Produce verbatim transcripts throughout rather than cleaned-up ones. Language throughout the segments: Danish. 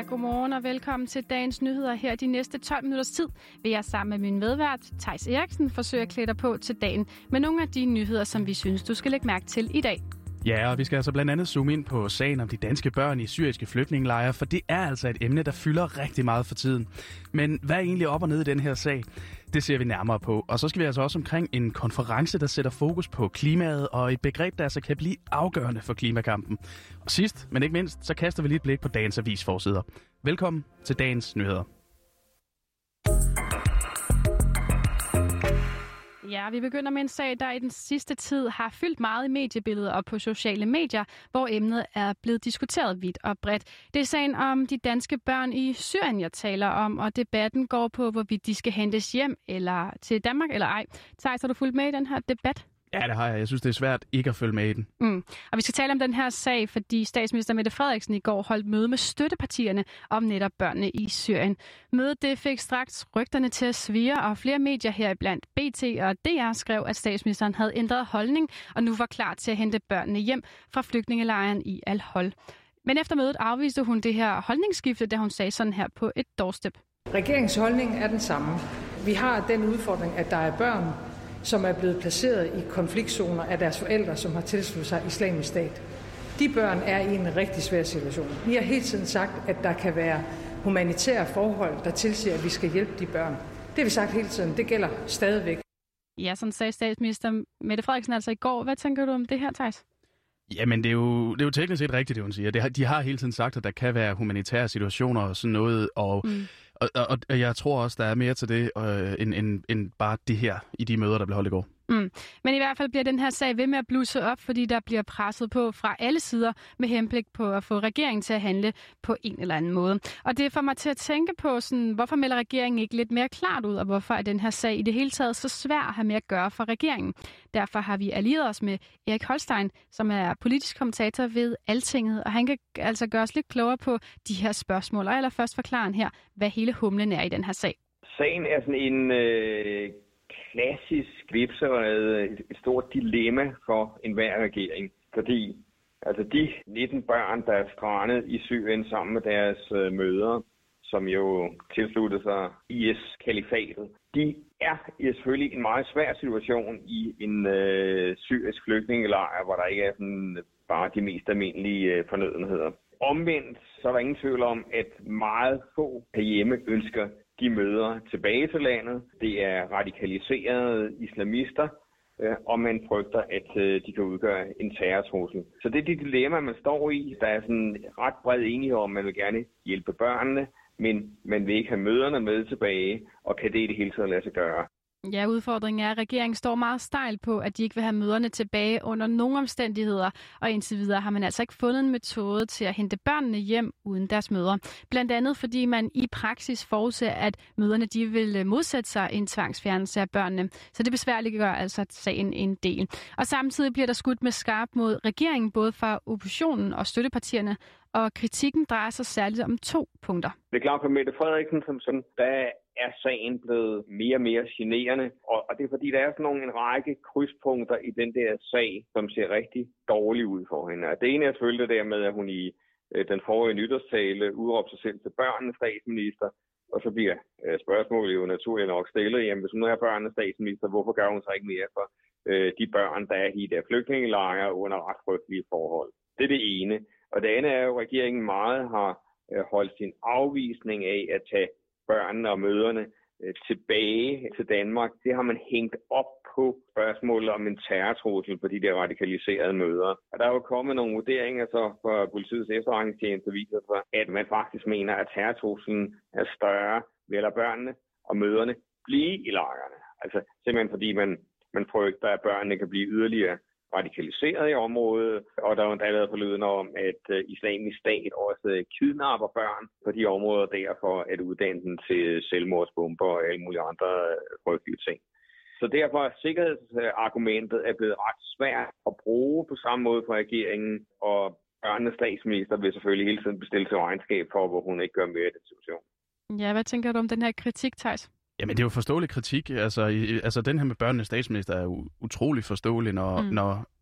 Ja, godmorgen og velkommen til dagens nyheder. Her de næste tolv minutters tid vil jeg sammen med min medvært, Theis Eriksen, forsøge at klæde dig på til dagen med nogle af de nyheder, som vi synes, du skal lægge mærke til i dag. Ja, og vi skal altså blandt andet zoome ind på sagen om de danske børn i syriske flygtningelejre, for det er altså et emne, der fylder rigtig meget for tiden. Men hvad er egentlig op og ned i den her sag? Det ser vi nærmere på. Og så skal vi altså også omkring en konference, der sætter fokus på klimaet og et begreb, der altså kan blive afgørende for klimakampen. Og sidst, men ikke mindst, så kaster vi lige et blik på dagens avisforsider. Velkommen til dagens nyheder. Ja, vi begynder med en sag, der i den sidste tid har fyldt meget i mediebilledet og på sociale medier, hvor emnet er blevet diskuteret vidt og bredt. Det er sagen om de danske børn i Syrien, jeg taler om, og debatten går på, hvorvidt de skal hentes hjem eller til Danmark eller ej. Theis, har du fulgt med i den her debat? Ja, det har jeg. Jeg synes, det er svært ikke at følge med i den. Mm. Og vi skal tale om den her sag, fordi statsminister Mette Frederiksen i går holdt møde med støttepartierne om netop børnene i Syrien. Mødet det fik straks rygterne til at svire, og flere medier heriblandt B T og D R skrev, at statsministeren havde ændret holdning og nu var klar til at hente børnene hjem fra flygtningelejren i Al-Hol. Men efter mødet afviste hun det her holdningsskifte, da hun sagde sådan her på et doorstep. Regeringens holdning er den samme. Vi har den udfordring, at der er børn, som er blevet placeret i konfliktzoner af deres forældre, som har tilsluttet sig Islamisk Stat. De børn er i en rigtig svær situation. Vi har hele tiden sagt, at der kan være humanitære forhold, der tilsiger, at vi skal hjælpe de børn. Det har vi sagt hele tiden. Det gælder stadigvæk. Ja, sådan sagde statsminister Mette Frederiksen altså i går. Hvad tænker du om det her, Theis? Jamen, det er, jo, det er jo teknisk set rigtigt, det hun siger. Det har, de har hele tiden sagt, at der kan være humanitære situationer og sådan noget, og, mm. og, og, og jeg tror også, der er mere til det, øh, end, end, end bare det her i de møder, der blev holdt i går. Mm. Men i hvert fald bliver den her sag ved med at blusse op, fordi der bliver presset på fra alle sider med henblik på at få regeringen til at handle på en eller anden måde. Og det får mig til at tænke på, sådan, hvorfor melder regeringen ikke lidt mere klart ud, og hvorfor er den her sag i det hele taget så svær at have med at gøre for regeringen. Derfor har vi allieret os med Erik Holstein, som er politisk kommentator ved Altinget, og han kan altså gøre os lidt klogere på de her spørgsmål. Og allerførst forklare han her, hvad hele humlen er i den her sag. Sagen er sådan en øh, klassisk vipserede, et, et stort dilemma for enhver regering, fordi altså de nitten børn, der er strandet i Syrien sammen med deres øh, mødre, som jo tilsluttede sig I S-kalifatet, de er i selvfølgelig en meget svær situation i en øh, syrisk flygtningelejr, hvor der ikke er sådan bare de mest almindelige øh, fornødenheder. Omvendt så er der ingen tvivl om, at meget få herhjemme ønsker de mødre tilbage til landet. Det er radikaliserede islamister, øh, og man frygter, at øh, de kan udgøre en terrortrussel. Så det er det dilemma, man står i. Der er sådan ret bred enighed om, at man vil gerne hjælpe børnene, men man vil ikke have mødrene med tilbage, og kan det i det hele taget lade sig gøre. Ja, udfordringen er, at regeringen står meget stejlt på, at de ikke vil have mødrene tilbage under nogen omstændigheder, og indtil videre har man altså ikke fundet en metode til at hente børnene hjem uden deres mødre. Blandt andet fordi man i praksis forudser, at mødrene de vil modsætte sig en tvangsfjernelse af børnene. Så det besværliggør altså sagen en del. Og samtidig bliver der skudt med skarp mod regeringen, både fra oppositionen og støttepartierne, og kritikken drejer sig særligt om to punkter. Det er klart for Mette Frederiksen, som sådan, der er sagen blevet mere og mere generende, og, og det er fordi, der er sådan nogle, en række krydspunkter i den der sag, som ser rigtig dårlig ud for hende. Og det ene er selvfølgelig det der med, at hun i øh, den forrige nytårstale udråbte sig selv til børnenes statsminister, og så bliver øh, spørgsmålet jo naturligt nok stillet. Jamen, hvis hun er børnenes statsminister, hvorfor gør hun så ikke mere for øh, de børn, der er i der flygtningelejre under ret frygtelige forhold? Det er det ene. Og det andet er jo, at regeringen meget har øh, holdt sin afvisning af at tage børnene og mødrene øh, tilbage til Danmark. Det har man hængt op på spørgsmålet om en terrortrussel på de der radikaliserede mødre. Og der er jo kommet nogle vurderinger så fra politiets efterretningstjeneste, der viser sig, at man faktisk mener, at terrortruslen er større ved at lade børnene og mødrene blive i lejrene. Altså simpelthen fordi man, man frygter, at børnene kan blive yderligere radikaliseret i området, og der er jo endda været forlydende om, at uh, Islamisk Stat også uh, kidnapper børn på de områder derfor at uddanne dem til selvmordsbomber og alle mulige andre uh, frygtelige ting. Så derfor er sikkerhedsargumentet er blevet ret svært at bruge på samme måde for regeringen, og børnenes statsminister vil selvfølgelig hele tiden bestille til regnskab for, hvor hun ikke gør mere i den situation. Ja, hvad tænker du om den her kritik, Theis? Jamen, det er jo forståelig kritik. Altså, i, altså den her med børnenes statsminister er jo utrolig forståelig, når, mm. når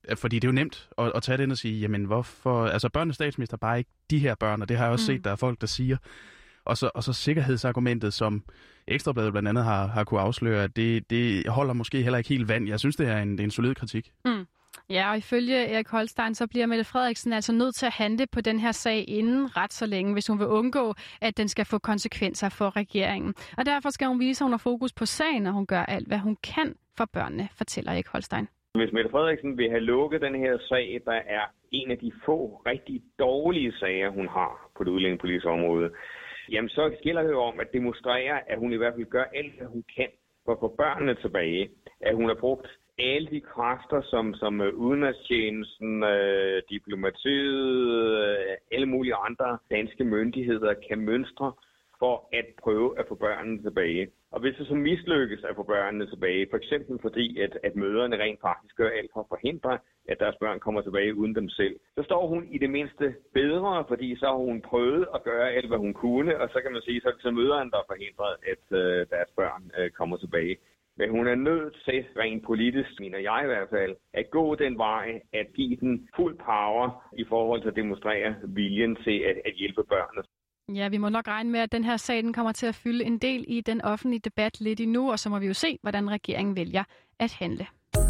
fordi det er jo nemt at, at tage den og sige, jamen hvorfor, altså børnenes statsminister bare ikke de her børn, og det har jeg også mm. set, der er folk, der siger. Og så, og så sikkerhedsargumentet, som Ekstrabladet blandt andet har, har kunne afsløre, at det, det holder måske heller ikke helt vand. Jeg synes, det er en, det er en solid kritik. Mm. Ja, og ifølge Erik Holstein, så bliver Mette Frederiksen altså nødt til at handle på den her sag inden ret så længe, hvis hun vil undgå, at den skal få konsekvenser for regeringen. Og derfor skal hun vise, at hun har fokus på sagen, og hun gør alt, hvad hun kan for børnene, fortæller Erik Holstein. Hvis Mette Frederiksen vil have lukket den her sag, der er en af de få rigtig dårlige sager, hun har på det udlændingepolitiske område, jamen så gælder det jo om at demonstrere, at hun i hvert fald gør alt, hvad hun kan for at få børnene tilbage. At hun har brugt alle de kræfter, som, som udenrigstjenesten, øh, diplomatiet, øh, alle mulige andre danske myndigheder kan mønstre for at prøve at få børnene tilbage. Og hvis det så mislykkes at få børnene tilbage, for eksempel fordi, at, at mødrene rent faktisk gør alt for at forhindre, at deres børn kommer tilbage uden dem selv, så står hun i det mindste bedre, fordi så har hun prøvet at gøre alt, hvad hun kunne, og så kan man sige, så er det så mødrene, der er forhindret, at øh, deres børn øh, kommer tilbage. Men hun er nødt til, rent politisk, mener jeg i hvert fald, at gå den vej, at give den fuld power i forhold til at demonstrere viljen til at, at hjælpe børnene. Ja, vi må nok regne med, at den her sag den kommer til at fylde en del i den offentlige debat lidt endnu, og så må vi jo se, hvordan regeringen vælger at handle.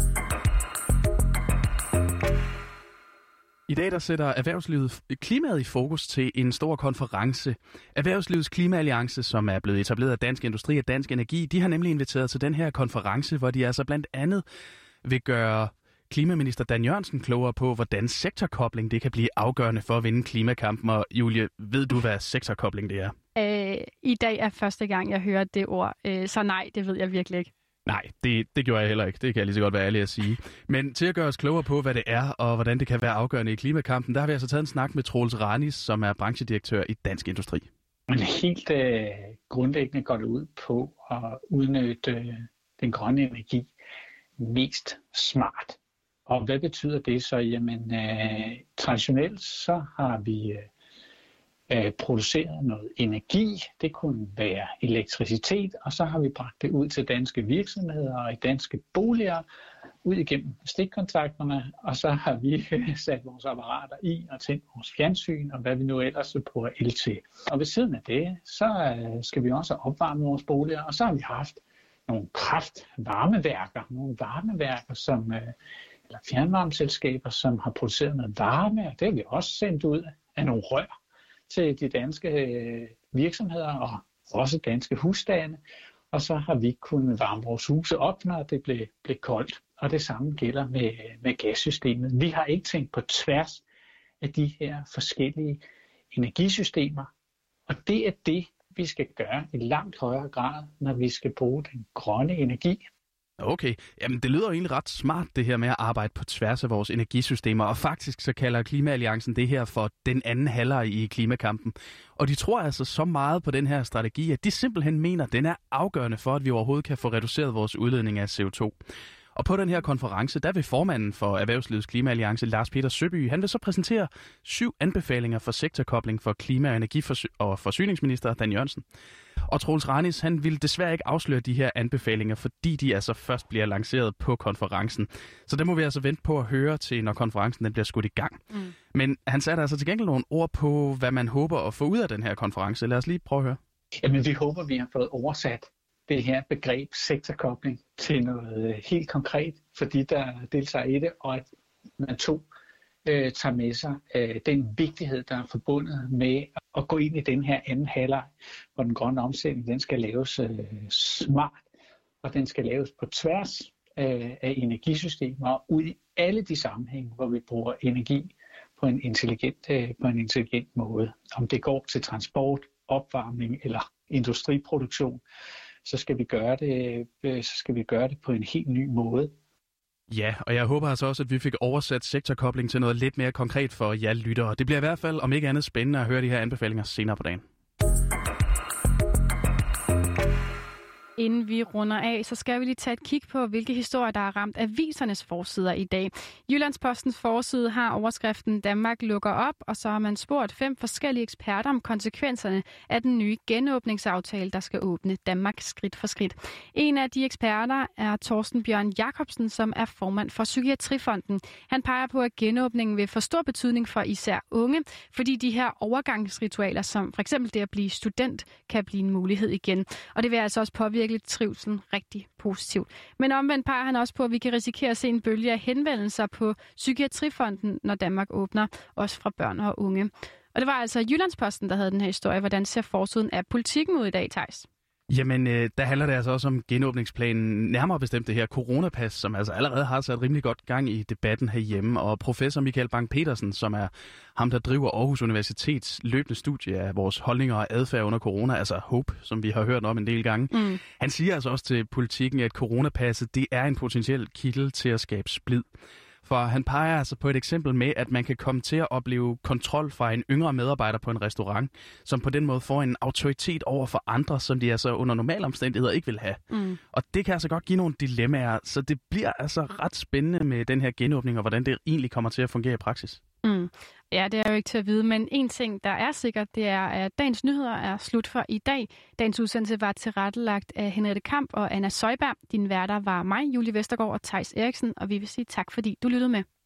I dag der sætter erhvervslivet klimaet i fokus til en stor konference. Erhvervslivets Klimaalliance, som er blevet etableret af Dansk Industri og Dansk Energi, de har nemlig inviteret til den her konference, hvor de altså blandt andet vil gøre klimaminister Dan Jørgensen klogere på, hvordan sektorkobling det kan blive afgørende for at vinde klimakampen. Og Julie, ved du, hvad sektorkobling det er? Øh, I dag er første gang, jeg hører det ord, øh, så nej, det ved jeg virkelig ikke. Nej, det, det gjorde jeg heller ikke. Det kan jeg lige så godt være ærlig at sige. Men til at gøre os klogere på, hvad det er, og hvordan det kan være afgørende i klimakampen, der har vi altså taget en snak med Troels Ranis, som er branchedirektør i Dansk Industri. Men helt øh, grundlæggende går det ud på at udnytte øh, den grønne energi mest smart. Og hvad betyder det så? Jamen, øh, traditionelt så har vi øh, produceret noget energi. Det kunne være elektricitet, og så har vi bragt det ud til danske virksomheder og i danske boliger, ud igennem stikkontakterne, og så har vi sat vores apparater i og tændt vores fjernsyn, og hvad vi nu ellers bruger el til. Og ved siden af det, så øh, skal vi også opvarme vores boliger, og så har vi haft nogle kraftvarmeværker, nogle varmeværker, som... Øh, eller fjernvarmeselskaber, som har produceret noget varme, og det har vi også sendt ud af nogle rør til de danske virksomheder og også danske husstande. Og så har vi kunnet varme vores huse op, når det blev, blev koldt. Og det samme gælder med, med gassystemet. Vi har ikke tænkt på tværs af de her forskellige energisystemer. Og det er det, vi skal gøre i langt højere grad, når vi skal bruge den grønne energi. Okay, jamen det lyder jo egentlig ret smart, det her med at arbejde på tværs af vores energisystemer, og faktisk så kalder Klimaalliancen det her for den anden halvleg i klimakampen. Og de tror altså så meget på den her strategi, at de simpelthen mener, at den er afgørende for, at vi overhovedet kan få reduceret vores udledning af C O to. Og på den her konference, der vil formanden for Erhvervslivets Klimaalliance, Lars Peter Søby, han vil så præsentere syv anbefalinger for sektorkobling for klima- og energi- og forsyningsminister Dan Jørgensen. Og Troels Ranis, han vil desværre ikke afsløre de her anbefalinger, fordi de altså først bliver lanceret på konferencen. Så det må vi altså vente på at høre til, når konferencen den bliver skudt i gang. Mm. Men han satte altså til gengæld nogle ord på, hvad man håber at få ud af den her konference. Lad os lige prøve at høre. Jamen, vi håber, vi har fået oversat det her begreb sektorkobling til noget helt konkret for de, der deltager i det, og at man to øh, tager med sig øh, den vigtighed, der er forbundet med at gå ind i den her anden halvleg, hvor den grønne omstilling den skal laves øh, smart, og den skal laves på tværs øh, af energisystemer og ud i alle de sammenhænge, hvor vi bruger energi på en intelligent, øh, på en intelligent måde. Om det går til transport, opvarmning eller industriproduktion, så skal vi gøre det, så skal vi gøre det på en helt ny måde. Ja, og jeg håber altså også, at vi fik oversat sektorkobling til noget lidt mere konkret for jer lyttere. Det bliver i hvert fald, om ikke andet, spændende at høre de her anbefalinger senere på dagen. inden vi runder af, så skal vi lige tage et kig på, hvilke historier, der har ramt avisernes forsider i dag. Jyllandspostens forside har overskriften Danmark lukker op, og så har man spurgt fem forskellige eksperter om konsekvenserne af den nye genåbningsaftale, der skal åbne Danmark skridt for skridt. En af de eksperter er Torsten Bjørn Jacobsen, som er formand for Psykiatrifonden. Han peger på, at genåbningen vil få stor betydning for især unge, fordi de her overgangsritualer, som for eksempel det at blive student, kan blive en mulighed igen. Og det vil altså også påvirke trivselen rigtig positivt. Men omvendt peger han også på, at vi kan risikere at se en bølge af henvendelser på Psykiatrifonden, når Danmark åbner, også fra børn og unge. Og det var altså Jyllandsposten, der havde den her historie. Hvordan ser forsiden af Politikken ud i dag, Theis? Jamen, øh, der handler det altså også om genåbningsplanen, nærmere bestemt det her coronapas, som altså allerede har sat rimelig godt gang i debatten herhjemme. Og professor Michael Bang-Petersen, som er ham, der driver Aarhus Universitets løbende studie af vores holdninger og adfærd under corona, altså HOPE, som vi har hørt om en del gange. Mm. Han siger altså også til Politikken, at coronapasset det er en potentiel kilde til at skabe splid. For han peger altså på et eksempel med, at man kan komme til at opleve kontrol fra en yngre medarbejder på en restaurant, som på den måde får en autoritet over for andre, som de altså under normale omstændigheder ikke vil have. Mm. Og det kan altså godt give nogle dilemmaer, så det bliver altså ret spændende med den her genåbning, og hvordan det egentlig kommer til at fungere i praksis. Mm. Ja, det er jo ikke til at vide, men en ting, der er sikkert, det er, at dagens nyheder er slut for i dag. Dagens udsendelse var tilrettelagt af Henriette Kamp og Anna Søjberg. Din værter var mig, Julie Vestergaard og Theis Eriksen, og vi vil sige tak, fordi du lyttede med.